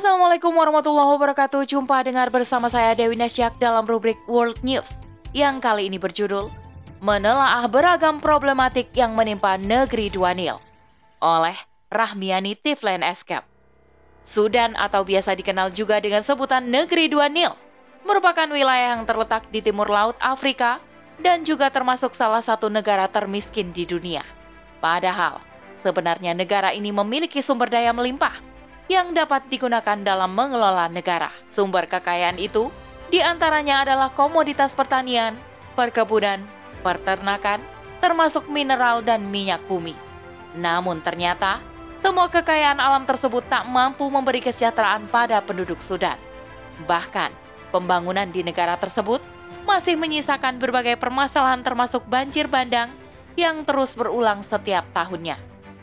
Assalamualaikum warahmatullahi wabarakatuh. Jumpa dengar bersama saya Dewi Nasyak dalam rubrik World News yang kali ini berjudul Menelaah beragam problematik yang menimpa negeri Dua Nil oleh Rahmiani Tiflen Escape. Sudan atau biasa dikenal juga dengan sebutan negeri Dua Nil merupakan wilayah yang terletak di timur laut Afrika dan juga termasuk salah satu negara termiskin di dunia. Padahal sebenarnya negara ini memiliki sumber daya melimpah yang dapat digunakan dalam mengelola negara. Sumber kekayaan itu diantaranya adalah komoditas pertanian, perkebunan, peternakan, termasuk mineral dan minyak bumi. Namun ternyata, semua kekayaan alam tersebut tak mampu memberi kesejahteraan pada penduduk Sudan. Bahkan, pembangunan di negara tersebut masih menyisakan berbagai permasalahan termasuk banjir bandang yang terus berulang setiap tahunnya.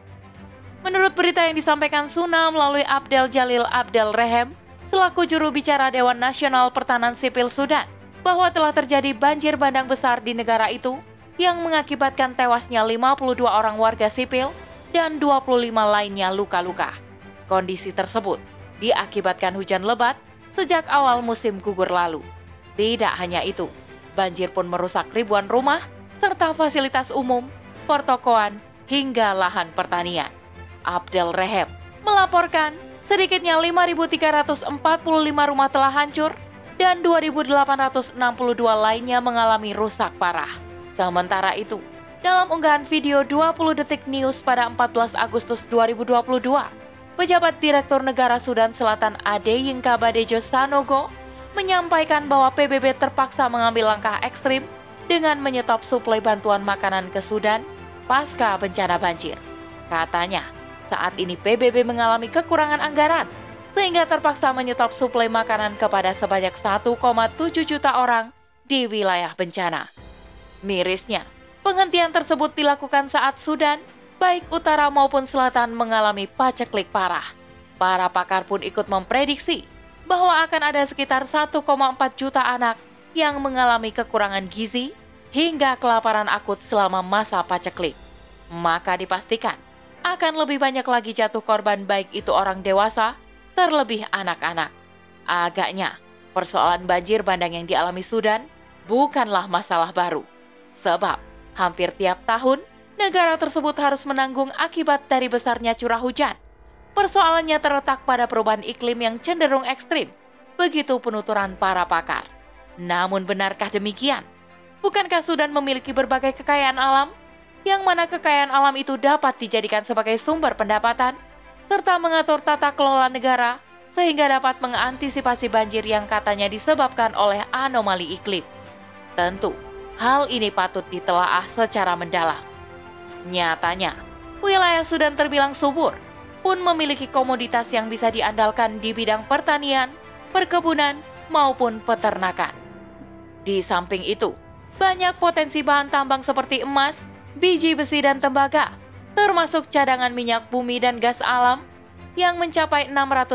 Menurut berita yang disampaikan Suna melalui Abdel Jalil Abdel Rehem, selaku juru bicara Dewan Nasional Pertahanan Sipil Sudan, bahwa telah terjadi banjir bandang besar di negara itu yang mengakibatkan tewasnya 52 orang warga sipil dan 25 lainnya luka-luka. Kondisi tersebut diakibatkan hujan lebat sejak awal musim gugur lalu. Tidak hanya itu, banjir pun merusak ribuan rumah serta fasilitas umum, pertokoan, hingga lahan pertanian. Abdel Rehem melaporkan sedikitnya 5.345 rumah telah hancur dan 2.862 lainnya mengalami rusak parah. Sementara itu, dalam unggahan video 20 detik news pada 14 Agustus 2022, pejabat Direktur Negara Sudan Selatan Adeyinka Badejo Sanogo menyampaikan bahwa PBB terpaksa mengambil langkah ekstrim dengan menyetop suplai bantuan makanan ke Sudan pasca bencana banjir. Katanya, saat ini PBB mengalami kekurangan anggaran, sehingga terpaksa menyetop suplai makanan kepada sebanyak 1,7 juta orang di wilayah bencana. Mirisnya, penghentian tersebut dilakukan saat Sudan, baik utara maupun selatan mengalami paceklik parah. Para pakar pun ikut memprediksi bahwa akan ada sekitar 1,4 juta anak yang mengalami kekurangan gizi hingga kelaparan akut selama masa paceklik. Maka dipastikan akan lebih banyak lagi jatuh korban baik itu orang dewasa, terlebih anak-anak. Agaknya, persoalan banjir bandang yang dialami Sudan bukanlah masalah baru. Sebab, hampir tiap tahun, negara tersebut harus menanggung akibat dari besarnya curah hujan. Persoalannya terletak pada perubahan iklim yang cenderung ekstrim, begitu penuturan para pakar. Namun benarkah demikian? Bukankah Sudan memiliki berbagai kekayaan alam, yang mana kekayaan alam itu dapat dijadikan sebagai sumber pendapatan, serta mengatur tata kelola negara, sehingga dapat mengantisipasi banjir yang katanya disebabkan oleh anomali iklim. Tentu, hal ini patut ditelaah secara mendalam. Nyatanya, wilayah Sudan terbilang subur, pun memiliki komoditas yang bisa diandalkan di bidang pertanian, perkebunan, maupun peternakan. Di samping itu, banyak potensi bahan tambang seperti emas, biji besi dan tembaga, termasuk cadangan minyak bumi dan gas alam yang mencapai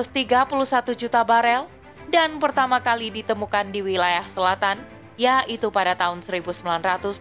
631 juta barel dan pertama kali ditemukan di wilayah selatan, yaitu pada tahun 1979.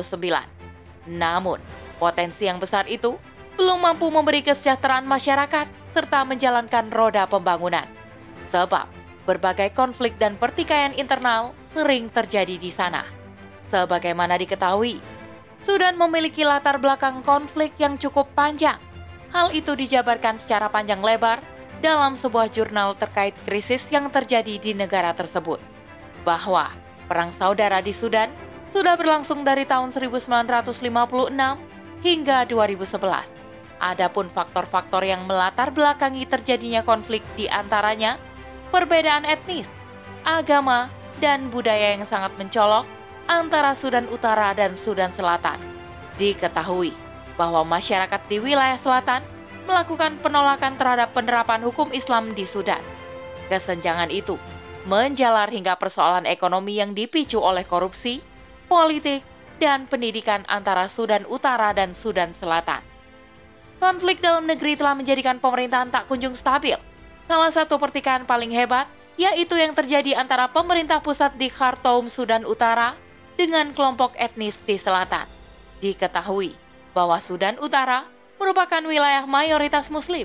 Namun, potensi yang besar itu belum mampu memberi kesejahteraan masyarakat serta menjalankan roda pembangunan. Sebab, berbagai konflik dan pertikaian internal sering terjadi di sana. Sebagaimana diketahui, Sudan memiliki latar belakang konflik yang cukup panjang. Hal itu dijabarkan secara panjang lebar dalam sebuah jurnal terkait krisis yang terjadi di negara tersebut. Bahwa perang saudara di Sudan sudah berlangsung dari tahun 1956 hingga 2011. Adapun faktor-faktor yang melatar belakangi terjadinya konflik di antaranya perbedaan etnis, agama, dan budaya yang sangat mencolok antara Sudan Utara dan Sudan Selatan. Diketahui bahwa masyarakat di wilayah selatan melakukan penolakan terhadap penerapan hukum Islam di Sudan. Kesenjangan itu menjalar hingga persoalan ekonomi yang dipicu oleh korupsi, politik, dan pendidikan antara Sudan Utara dan Sudan Selatan. Konflik dalam negeri telah menjadikan pemerintahan tak kunjung stabil. Salah satu pertikaian paling hebat yaitu yang terjadi antara pemerintah pusat di Khartoum, Sudan Utara, dengan kelompok etnis di selatan. Diketahui bahwa Sudan Utara merupakan wilayah mayoritas Muslim,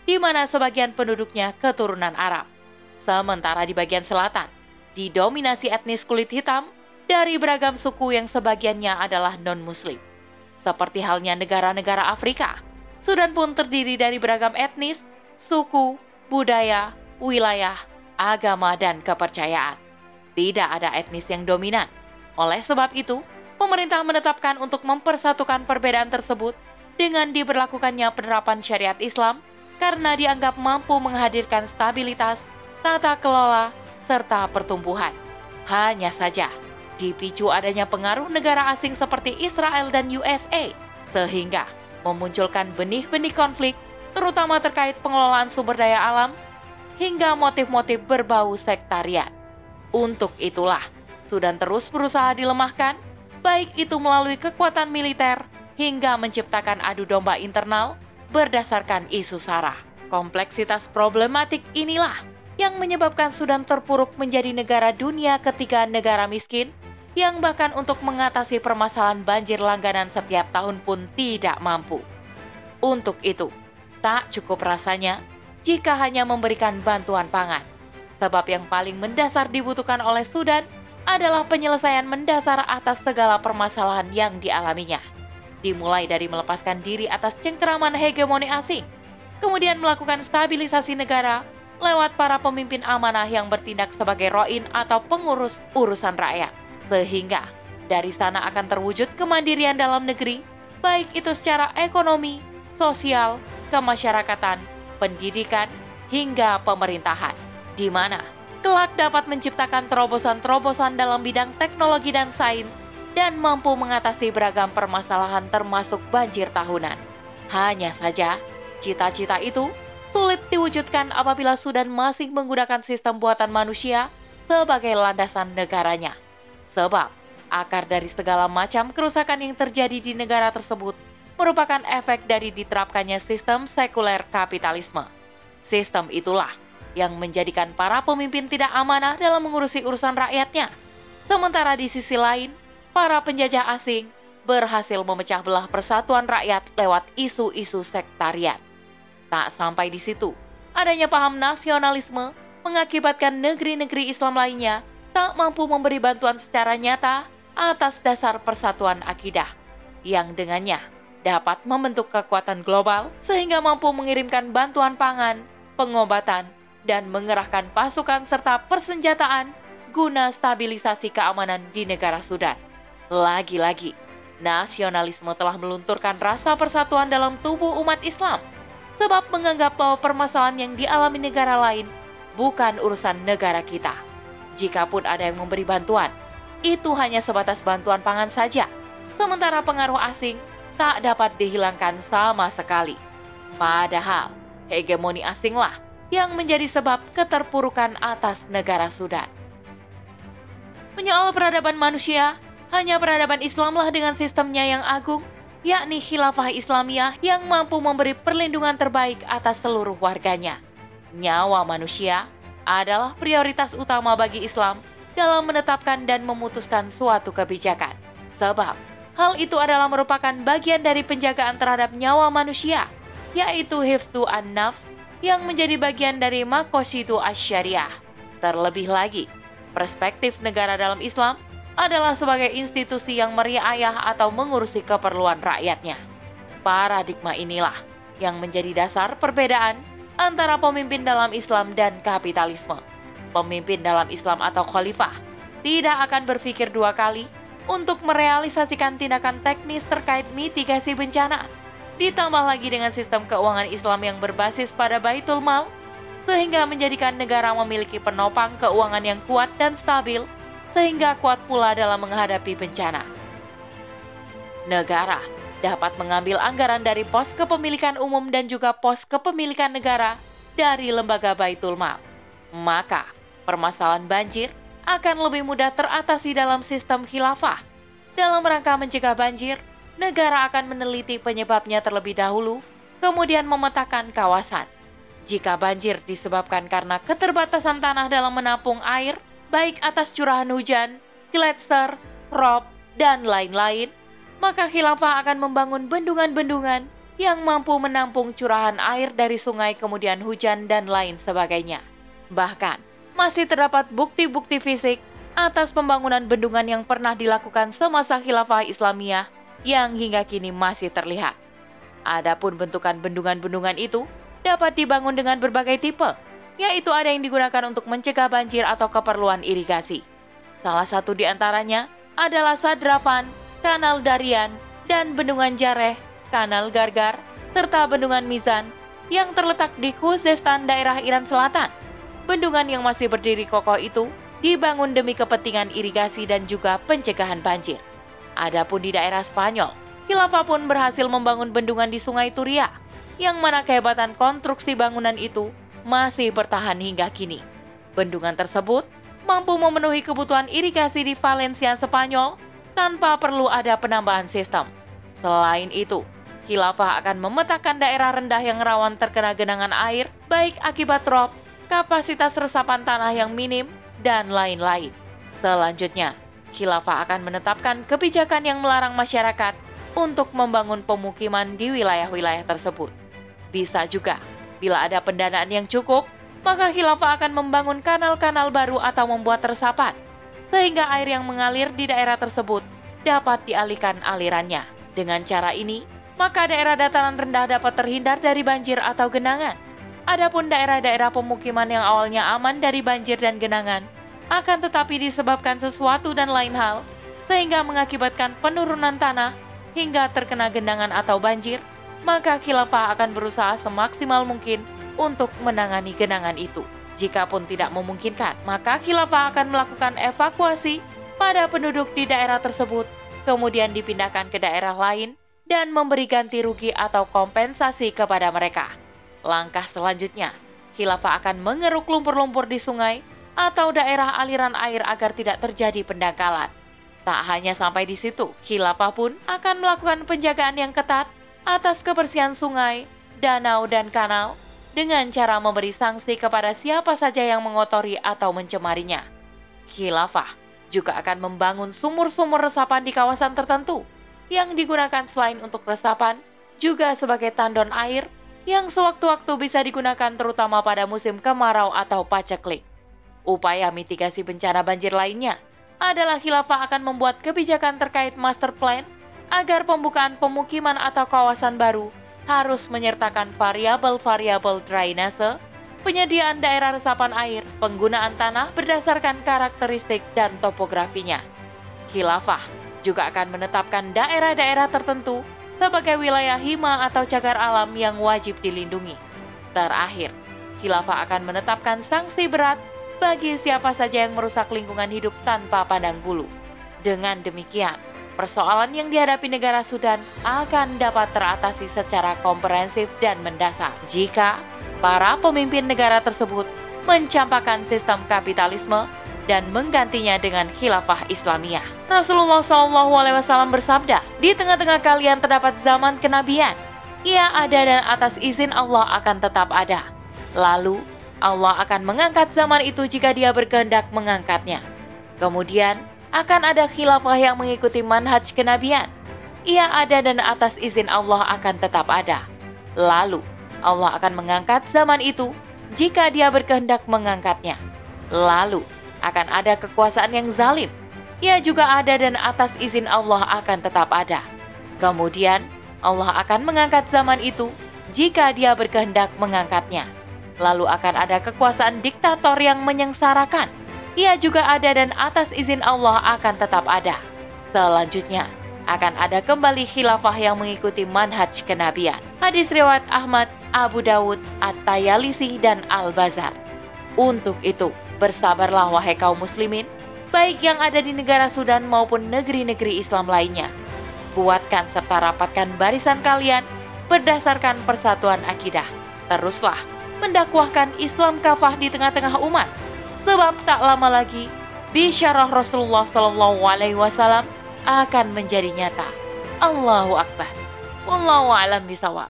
di mana sebagian penduduknya keturunan Arab. Sementara di bagian selatan, didominasi etnis kulit hitam dari beragam suku yang sebagiannya adalah non-Muslim. Seperti halnya negara-negara Afrika, Sudan pun terdiri dari beragam etnis, suku, budaya, wilayah, agama, dan kepercayaan. Tidak ada etnis yang dominan. Oleh sebab itu, pemerintah menetapkan untuk mempersatukan perbedaan tersebut dengan diberlakukannya penerapan syariat Islam karena dianggap mampu menghadirkan stabilitas, tata kelola, serta pertumbuhan. Hanya saja, dipicu adanya pengaruh negara asing seperti Israel dan USA, sehingga memunculkan benih-benih konflik, terutama terkait pengelolaan sumber daya alam, hingga motif-motif berbau sektarian. Untuk itulah, Sudan terus berusaha dilemahkan, baik itu melalui kekuatan militer, hingga menciptakan adu domba internal berdasarkan isu SARA. Kompleksitas problematik inilah yang menyebabkan Sudan terpuruk menjadi negara dunia ketiga negara miskin, yang bahkan untuk mengatasi permasalahan banjir langganan setiap tahun pun tidak mampu. Untuk itu, tak cukup rasanya jika hanya memberikan bantuan pangan. Sebab yang paling mendasar dibutuhkan oleh Sudan adalah penyelesaian mendasar atas segala permasalahan yang dialaminya. Dimulai dari melepaskan diri atas cengkeraman hegemoni asing, kemudian melakukan stabilisasi negara lewat para pemimpin amanah yang bertindak sebagai roin atau pengurus urusan rakyat. Sehingga dari sana akan terwujud kemandirian dalam negeri, baik itu secara ekonomi, sosial, kemasyarakatan, pendidikan, hingga pemerintahan, di mana kelak dapat menciptakan terobosan-terobosan dalam bidang teknologi dan sains dan mampu mengatasi beragam permasalahan termasuk banjir tahunan. Hanya saja, cita-cita itu sulit diwujudkan apabila Sudan masih menggunakan sistem buatan manusia sebagai landasan negaranya. Sebab, akar dari segala macam kerusakan yang terjadi di negara tersebut merupakan efek dari diterapkannya sistem sekuler kapitalisme. Sistem itulah yang menjadikan para pemimpin tidak amanah dalam mengurusi urusan rakyatnya. Sementara di sisi lain, para penjajah asing berhasil memecah belah persatuan rakyat lewat isu-isu sektarian. Tak sampai di situ, adanya paham nasionalisme mengakibatkan negeri-negeri Islam lainnya tak mampu memberi bantuan secara nyata atas dasar persatuan akidah, yang dengannya dapat membentuk kekuatan global sehingga mampu mengirimkan bantuan pangan, pengobatan, dan mengerahkan pasukan serta persenjataan guna stabilisasi keamanan di negara Sudan. Lagi-lagi, nasionalisme telah melunturkan rasa persatuan dalam tubuh umat Islam, sebab menganggap bahwa permasalahan yang dialami negara lain bukan urusan negara kita. Jikapun ada yang memberi bantuan, itu hanya sebatas bantuan pangan saja, sementara pengaruh asing tak dapat dihilangkan sama sekali. Padahal, hegemoni asinglah yang menjadi sebab keterpurukan atas negara Sudan. Menyoal peradaban manusia, hanya peradaban Islamlah dengan sistemnya yang agung, yakni khilafah Islamiyah yang mampu memberi perlindungan terbaik atas seluruh warganya. Nyawa manusia adalah prioritas utama bagi Islam dalam menetapkan dan memutuskan suatu kebijakan. Sebab, hal itu adalah merupakan bagian dari penjagaan terhadap nyawa manusia, yaitu hifdzu an-nafs, yang menjadi bagian dari maqasidu asy-syariah. Terlebih lagi, perspektif negara dalam Islam adalah sebagai institusi yang meriayah atau mengurusi keperluan rakyatnya. Paradigma inilah yang menjadi dasar perbedaan antara pemimpin dalam Islam dan kapitalisme. Pemimpin dalam Islam atau khalifah tidak akan berpikir dua kali untuk merealisasikan tindakan teknis terkait mitigasi bencana. Ditambah lagi dengan sistem keuangan Islam yang berbasis pada Baitul Mal, sehingga menjadikan negara memiliki penopang keuangan yang kuat dan stabil, sehingga kuat pula dalam menghadapi bencana. Negara dapat mengambil anggaran dari pos kepemilikan umum dan juga pos kepemilikan negara dari lembaga Baitul Mal. Maka, permasalahan banjir akan lebih mudah teratasi dalam sistem khilafah. Dalam rangka mencegah banjir, negara akan meneliti penyebabnya terlebih dahulu, kemudian memetakan kawasan. Jika banjir disebabkan karena keterbatasan tanah dalam menampung air, baik atas curahan hujan, gletser, rob, dan lain-lain, maka khilafah akan membangun bendungan-bendungan yang mampu menampung curahan air dari sungai kemudian hujan dan lain sebagainya. Bahkan, masih terdapat bukti-bukti fisik atas pembangunan bendungan yang pernah dilakukan semasa Khilafah Islamiyah yang hingga kini masih terlihat. Adapun bentukan bendungan-bendungan itu dapat dibangun dengan berbagai tipe, yaitu ada yang digunakan untuk mencegah banjir atau keperluan irigasi. Salah satu di antaranya adalah Sadrapan, Kanal Darian, dan Bendungan Jareh, Kanal Gargar, serta Bendungan Mizan yang terletak di Khuzestan daerah Iran Selatan. Bendungan yang masih berdiri kokoh itu dibangun demi kepentingan irigasi dan juga pencegahan banjir. Adapun di daerah Spanyol, Khilafah pun berhasil membangun bendungan di Sungai Turia, yang mana kehebatan konstruksi bangunan itu masih bertahan hingga kini. Bendungan tersebut mampu memenuhi kebutuhan irigasi di Valencia, Spanyol, tanpa perlu ada penambahan sistem. Selain itu, Khilafah akan memetakan daerah rendah yang rawan terkena genangan air, baik akibat rob, kapasitas resapan tanah yang minim, dan lain-lain. Selanjutnya, Khilafah akan menetapkan kebijakan yang melarang masyarakat untuk membangun pemukiman di wilayah-wilayah tersebut. Bisa juga, bila ada pendanaan yang cukup, maka Khilafah akan membangun kanal-kanal baru atau membuat resapan, sehingga air yang mengalir di daerah tersebut dapat dialihkan alirannya. Dengan cara ini, maka daerah dataran rendah dapat terhindar dari banjir atau genangan. Adapun daerah-daerah pemukiman yang awalnya aman dari banjir dan genangan, akan tetapi disebabkan sesuatu dan lain hal, sehingga mengakibatkan penurunan tanah hingga terkena genangan atau banjir, maka Khilafah akan berusaha semaksimal mungkin untuk menangani genangan itu. Jikapun tidak memungkinkan, maka Khilafah akan melakukan evakuasi pada penduduk di daerah tersebut, kemudian dipindahkan ke daerah lain dan memberi ganti rugi atau kompensasi kepada mereka. Langkah selanjutnya, Khilafah akan mengeruk lumpur-lumpur di sungai atau daerah aliran air agar tidak terjadi pendangkalan. Tak hanya sampai di situ, Khilafah pun akan melakukan penjagaan yang ketat atas kebersihan sungai, danau, dan kanal dengan cara memberi sanksi kepada siapa saja yang mengotori atau mencemarinya. Khilafah juga akan membangun sumur-sumur resapan di kawasan tertentu yang digunakan selain untuk resapan, juga sebagai tandon air yang sewaktu-waktu bisa digunakan terutama pada musim kemarau atau paceklik. Upaya mitigasi bencana banjir lainnya adalah Khilafah akan membuat kebijakan terkait master plan agar pembukaan pemukiman atau kawasan baru harus menyertakan variabel-variabel drainase, penyediaan daerah resapan air, penggunaan tanah berdasarkan karakteristik dan topografinya. Khilafah juga akan menetapkan daerah-daerah tertentu sebagai wilayah hima atau cagar alam yang wajib dilindungi. Terakhir, Khilafah akan menetapkan sanksi berat bagi siapa saja yang merusak lingkungan hidup tanpa pandang bulu. Dengan demikian, persoalan yang dihadapi negara Sudan akan dapat teratasi secara komprehensif dan mendasar jika para pemimpin negara tersebut mencampakkan sistem kapitalisme dan menggantinya dengan khilafah Islamiyah. Rasulullah SAW bersabda, di tengah-tengah kalian terdapat zaman kenabian. Ia ada dan atas izin Allah akan tetap ada. Lalu, Allah akan mengangkat zaman itu jika Dia berkehendak mengangkatnya. Kemudian, akan ada khilafah yang mengikuti manhaj kenabian. Ia ada dan atas izin Allah akan tetap ada. Lalu, Allah akan mengangkat zaman itu jika Dia berkehendak mengangkatnya. Lalu, akan ada kekuasaan yang zalim. Ia juga ada dan atas izin Allah akan tetap ada. Kemudian, Allah akan mengangkat zaman itu jika Dia berkehendak mengangkatnya. Lalu akan ada kekuasaan diktator yang menyengsarakan. Ia juga ada dan atas izin Allah akan tetap ada. Selanjutnya, akan ada kembali khilafah yang mengikuti manhaj kenabian. Hadis riwayat Ahmad, Abu Dawud, At-Tayalisi, dan Al-Bazar. Untuk itu, bersabarlah wahai kaum muslimin, baik yang ada di negara Sudan maupun negeri-negeri Islam lainnya. Kuatkan serta rapatkan barisan kalian berdasarkan persatuan akidah. Teruslah mendakwahkan Islam kafah di tengah-tengah umat. Sebab tak lama lagi, bisyarah Rasulullah SAW akan menjadi nyata. Allahu Akbar. Wallahu a'lam bishawab.